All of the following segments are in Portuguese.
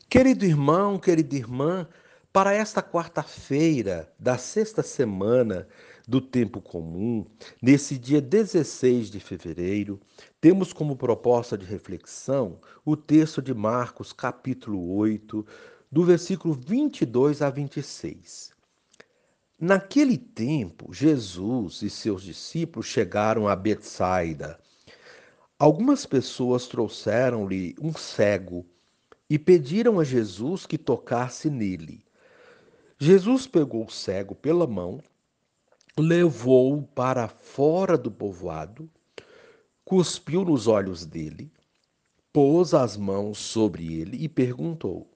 Querido irmão, querida irmã, para esta quarta-feira da sexta semana do tempo comum, nesse dia 16 de fevereiro, temos como proposta de reflexão o texto de Marcos, capítulo 8, do versículo 22 a 26. Naquele tempo, Jesus e seus discípulos chegaram a Betsaida. Algumas pessoas trouxeram-lhe um cego e pediram a Jesus que tocasse nele. Jesus pegou o cego pela mão, levou-o para fora do povoado, cuspiu nos olhos dele, pôs as mãos sobre ele e perguntou: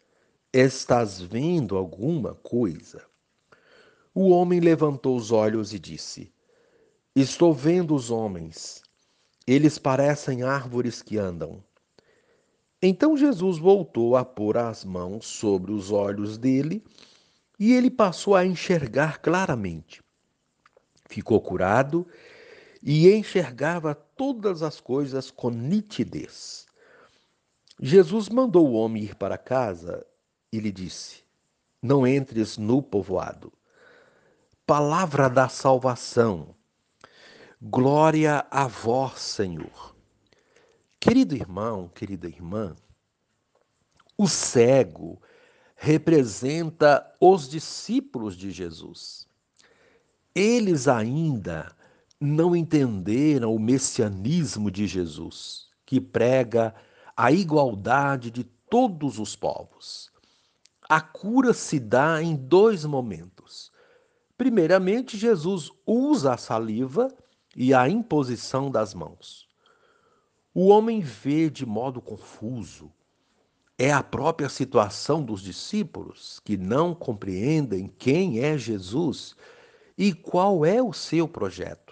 Estás vendo alguma coisa? O homem levantou os olhos e disse: Estou vendo os homens. Eles parecem árvores que andam. Então Jesus voltou a pôr as mãos sobre os olhos dele e ele passou a enxergar claramente. Ficou curado e enxergava todas as coisas com nitidez. Jesus mandou o homem ir para casa e lhe disse: Não entres no povoado. Palavra da salvação. Glória a vós, Senhor. Querido irmão, querida irmã, o cego representa os discípulos de Jesus. Eles ainda não entenderam o messianismo de Jesus, que prega a igualdade de todos os povos. A cura se dá em dois momentos. Primeiramente, Jesus usa a saliva e a imposição das mãos. O homem vê de modo confuso. É a própria situação dos discípulos que não compreendem quem é Jesus e qual é o seu projeto.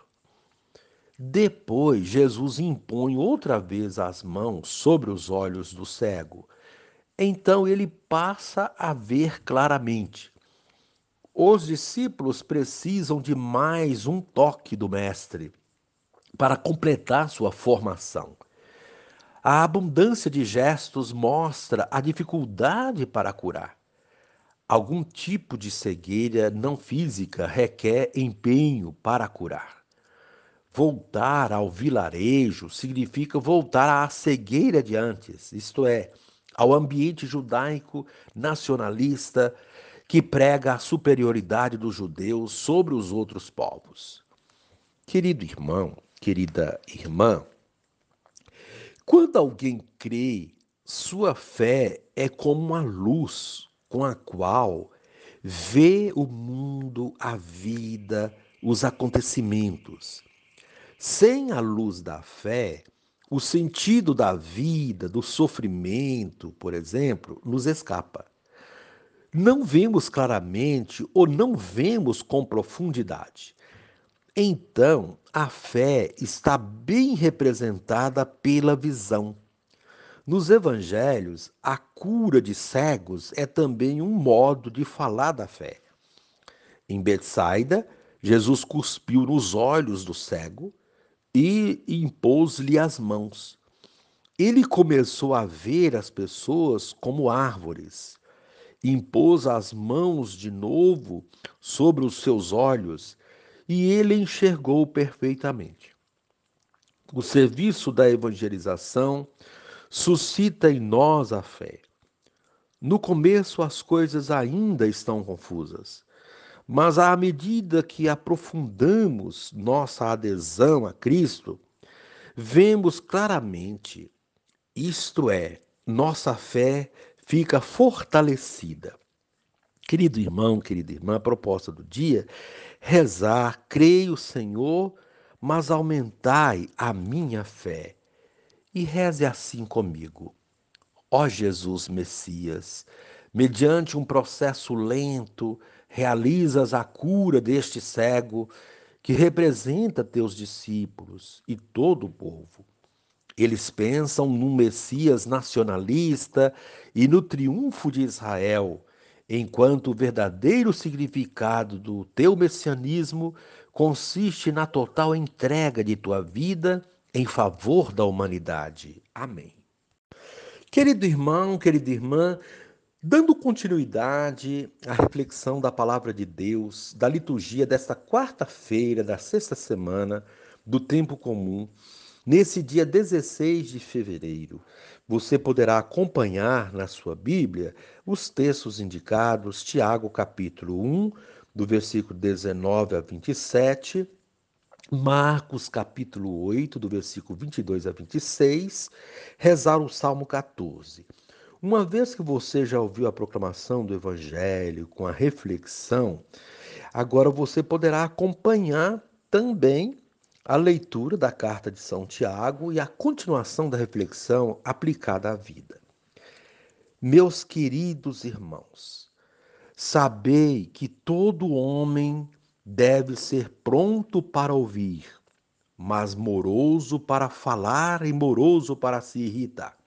Depois, Jesus impõe outra vez as mãos sobre os olhos do cego. Então ele passa a ver claramente. Os discípulos precisam de mais um toque do Mestre para completar sua formação. A abundância de gestos mostra a dificuldade para curar. Algum tipo de cegueira não física requer empenho para curar. Voltar ao vilarejo significa voltar à cegueira de antes, isto é, ao ambiente judaico nacionalista que prega a superioridade dos judeus sobre os outros povos. Querido irmão, querida irmã, quando alguém crê, sua fé é como uma luz com a qual vê o mundo, a vida, os acontecimentos. Sem a luz da fé, o sentido da vida, do sofrimento, por exemplo, nos escapa. Não vemos claramente ou não vemos com profundidade. Então, a fé está bem representada pela visão. Nos evangelhos, a cura de cegos é também um modo de falar da fé. Em Betsaida, Jesus cuspiu nos olhos do cego e impôs-lhe as mãos. Ele começou a ver as pessoas como árvores. Impôs as mãos de novo sobre os seus olhos e ele enxergou perfeitamente. O serviço da evangelização suscita em nós a fé. No começo, as coisas ainda estão confusas, mas à medida que aprofundamos nossa adesão a Cristo, vemos claramente, isto é, nossa fé fica fortalecida. Querido irmão, querida irmã, a proposta do dia, rezar, creio, Senhor, mas aumentai a minha fé. E reze assim comigo. Ó Jesus Messias, mediante um processo lento, realizas a cura deste cego que representa teus discípulos e todo o povo. Eles pensam num Messias nacionalista e no triunfo de Israel, enquanto o verdadeiro significado do teu messianismo consiste na total entrega de tua vida em favor da humanidade. Amém. Querido irmão, querida irmã, dando continuidade à reflexão da palavra de Deus, da liturgia desta quarta-feira, da sexta semana do tempo comum, nesse dia 16 de fevereiro, você poderá acompanhar na sua Bíblia os textos indicados, Tiago capítulo 1, do versículo 19 a 27, Marcos capítulo 8, do versículo 22 a 26, rezar o Salmo 14. Uma vez que você já ouviu a proclamação do Evangelho com a reflexão, agora você poderá acompanhar também a leitura da carta de São Tiago e a continuação da reflexão aplicada à vida. Meus queridos irmãos, sabei que todo homem deve ser pronto para ouvir, mas moroso para falar e moroso para se irritar.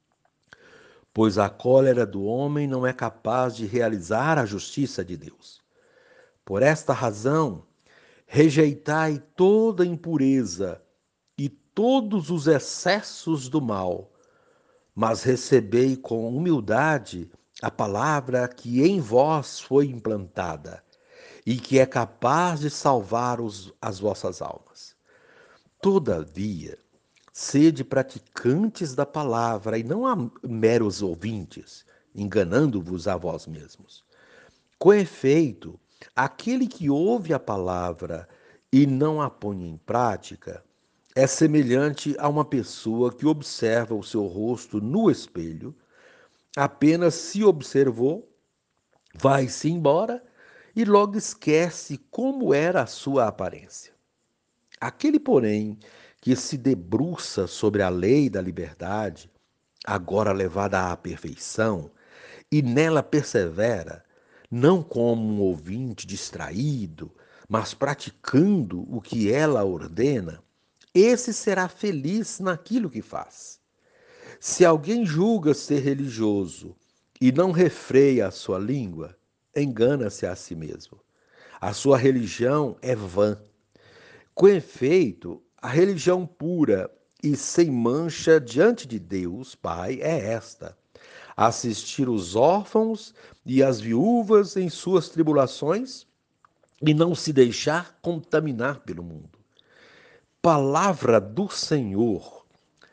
Pois a cólera do homem não é capaz de realizar a justiça de Deus. Por esta razão, rejeitai toda impureza e todos os excessos do mal, mas recebei com humildade a palavra que em vós foi implantada e que é capaz de salvar as vossas almas. Todavia, sede praticantes da palavra e não meros ouvintes, enganando-vos a vós mesmos. Com efeito, aquele que ouve a palavra e não a põe em prática é semelhante a uma pessoa que observa o seu rosto no espelho, apenas se observou, vai-se embora e logo esquece como era a sua aparência. Aquele, porém, que se debruça sobre a lei da liberdade, agora levada à perfeição, e nela persevera, não como um ouvinte distraído, mas praticando o que ela ordena, esse será feliz naquilo que faz. Se alguém julga ser religioso e não refreia a sua língua, engana-se a si mesmo. A sua religião é vã. Com efeito, a religião pura e sem mancha diante de Deus Pai é esta: assistir os órfãos e as viúvas em suas tribulações e não se deixar contaminar pelo mundo. Palavra do Senhor,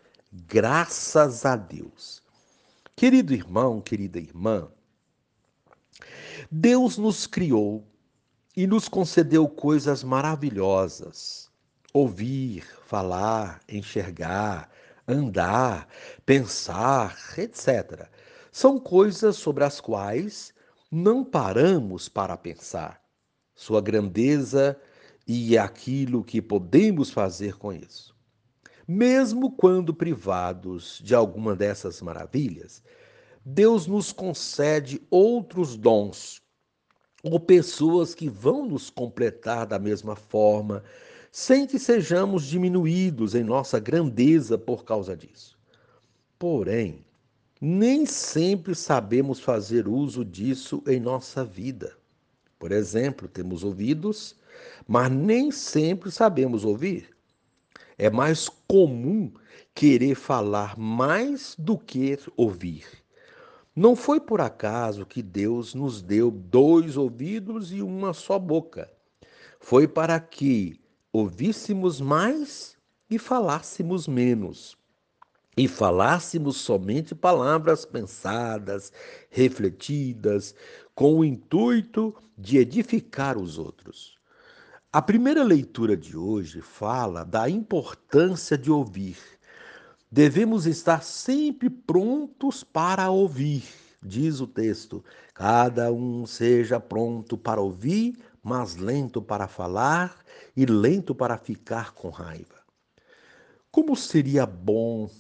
graças a Deus. Querido irmão, querida irmã, Deus nos criou e nos concedeu coisas maravilhosas. Ouvir, falar, enxergar, andar, pensar, etc. São coisas sobre as quais não paramos para pensar. Sua grandeza e aquilo que podemos fazer com isso. Mesmo quando privados de alguma dessas maravilhas, Deus nos concede outros dons ou pessoas que vão nos completar da mesma forma, sem que sejamos diminuídos em nossa grandeza por causa disso. Porém, nem sempre sabemos fazer uso disso em nossa vida. Por exemplo, temos ouvidos, mas nem sempre sabemos ouvir. É mais comum querer falar mais do que ouvir. Não foi por acaso que Deus nos deu dois ouvidos e uma só boca. Foi para que ouvíssemos mais e falássemos menos. E falássemos somente palavras pensadas, refletidas, com o intuito de edificar os outros. A primeira leitura de hoje fala da importância de ouvir. Devemos estar sempre prontos para ouvir, diz o texto. Cada um seja pronto para ouvir, mas lento para falar e lento para ficar com raiva. Como seria bom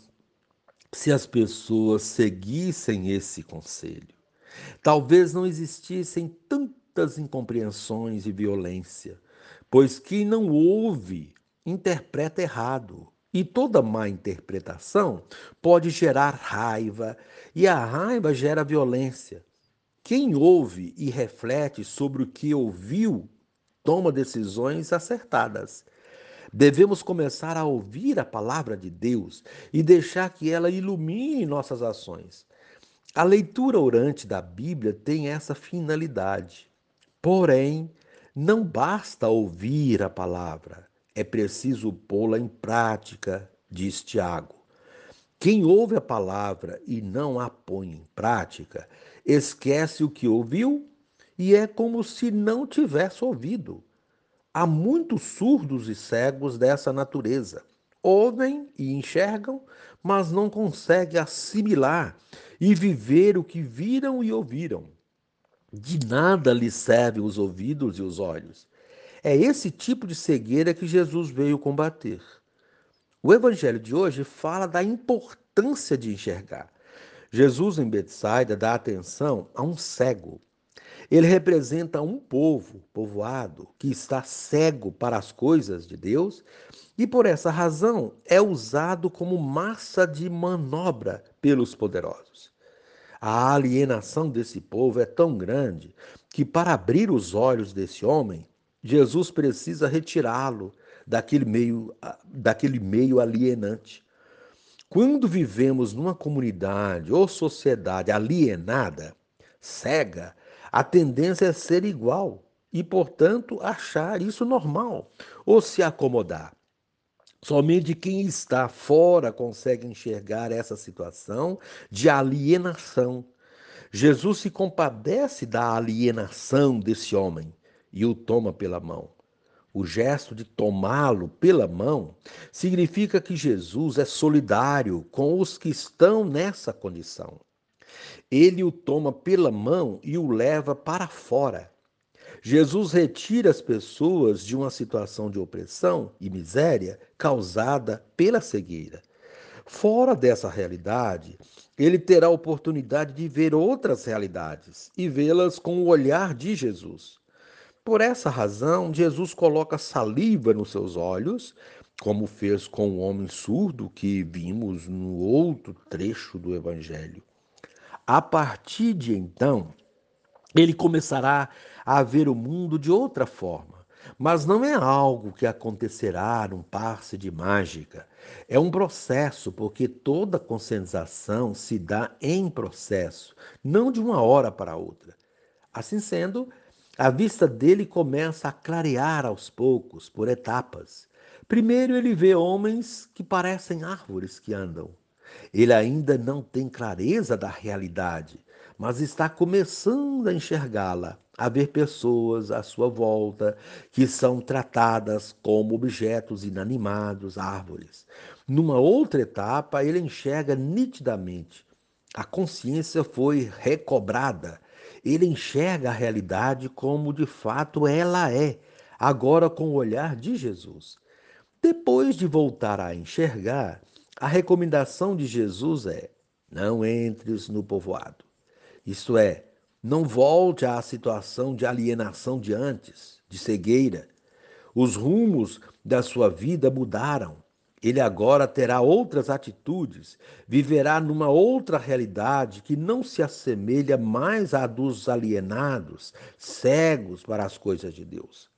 se as pessoas seguissem esse conselho? Talvez não existissem tantas incompreensões e violência, pois quem não ouve interpreta errado. E toda má interpretação pode gerar raiva, e a raiva gera violência. Quem ouve e reflete sobre o que ouviu, toma decisões acertadas. Devemos começar a ouvir a palavra de Deus e deixar que ela ilumine nossas ações. A leitura orante da Bíblia tem essa finalidade. Porém, não basta ouvir a palavra, é preciso pô-la em prática, diz Tiago. Quem ouve a palavra e não a põe em prática, esquece o que ouviu e é como se não tivesse ouvido. Há muitos surdos e cegos dessa natureza. Ouvem e enxergam, mas não conseguem assimilar e viver o que viram e ouviram. De nada lhes servem os ouvidos e os olhos. É esse tipo de cegueira que Jesus veio combater. O evangelho de hoje fala da importância de enxergar. Jesus em Betsaida dá atenção a um cego. Ele representa um povoado, que está cego para as coisas de Deus e por essa razão é usado como massa de manobra pelos poderosos. A alienação desse povo é tão grande que, para abrir os olhos desse homem, Jesus precisa retirá-lo daquele meio alienante. Quando vivemos numa comunidade ou sociedade alienada, cega, a tendência é ser igual e, portanto, achar isso normal ou se acomodar. Somente quem está fora consegue enxergar essa situação de alienação. Jesus se compadece da alienação desse homem e o toma pela mão. O gesto de tomá-lo pela mão significa que Jesus é solidário com os que estão nessa condição. Ele o toma pela mão e o leva para fora. Jesus retira as pessoas de uma situação de opressão e miséria causada pela cegueira. Fora dessa realidade, ele terá a oportunidade de ver outras realidades e vê-las com o olhar de Jesus. Por essa razão, Jesus coloca saliva nos seus olhos, como fez com o homem surdo que vimos no outro trecho do Evangelho. A partir de então, ele começará a ver o mundo de outra forma. Mas não é algo que acontecerá num passe de mágica. É um processo, porque toda conscientização se dá em processo, não de uma hora para outra. Assim sendo, a vista dele começa a clarear aos poucos, por etapas. Primeiro, ele vê homens que parecem árvores que andam. Ele ainda não tem clareza da realidade, mas está começando a enxergá-la, a ver pessoas à sua volta que são tratadas como objetos inanimados, árvores. Numa outra etapa, ele enxerga nitidamente. A consciência foi recobrada. Ele enxerga a realidade como de fato ela é, agora com o olhar de Jesus. Depois de voltar a enxergar, a recomendação de Jesus é: não entres no povoado. Isto é, não volte à situação de alienação de antes, de cegueira. Os rumos da sua vida mudaram. Ele agora terá outras atitudes, viverá numa outra realidade que não se assemelha mais à dos alienados, cegos para as coisas de Deus.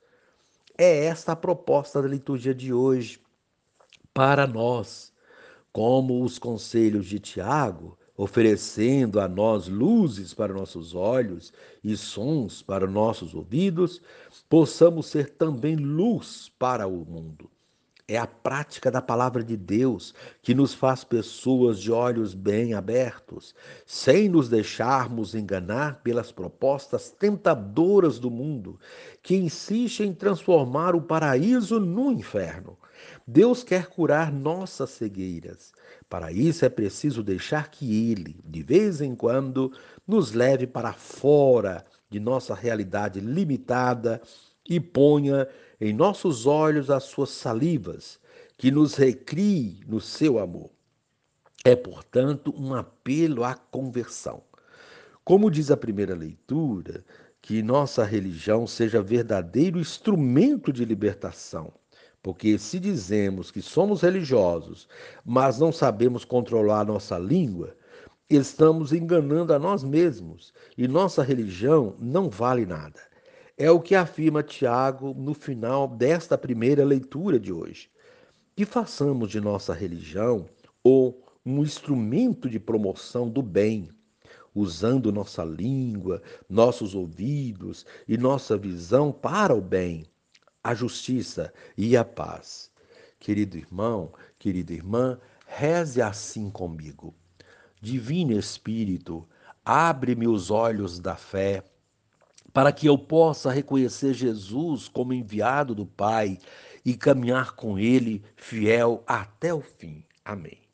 É esta a proposta da liturgia de hoje para nós, como os conselhos de Tiago, oferecendo a nós luzes para nossos olhos e sons para nossos ouvidos, possamos ser também luz para o mundo. É a prática da palavra de Deus que nos faz pessoas de olhos bem abertos, sem nos deixarmos enganar pelas propostas tentadoras do mundo, que insiste em transformar o paraíso no inferno. Deus quer curar nossas cegueiras. Para isso é preciso deixar que Ele, de vez em quando, nos leve para fora de nossa realidade limitada e ponha em nossos olhos as suas salivas, que nos recrie no seu amor. É, portanto, um apelo à conversão. Como diz a primeira leitura, que nossa religião seja verdadeiro instrumento de libertação. Porque se dizemos que somos religiosos, mas não sabemos controlar nossa língua, estamos enganando a nós mesmos e nossa religião não vale nada. É o que afirma Tiago no final desta primeira leitura de hoje. Que façamos de nossa religião ou um instrumento de promoção do bem, usando nossa língua, nossos ouvidos e nossa visão para o bem, a justiça e a paz. Querido irmão, querida irmã, reze assim comigo. Divino Espírito, abre-me os olhos da fé, para que eu possa reconhecer Jesus como enviado do Pai e caminhar com Ele fiel até o fim. Amém.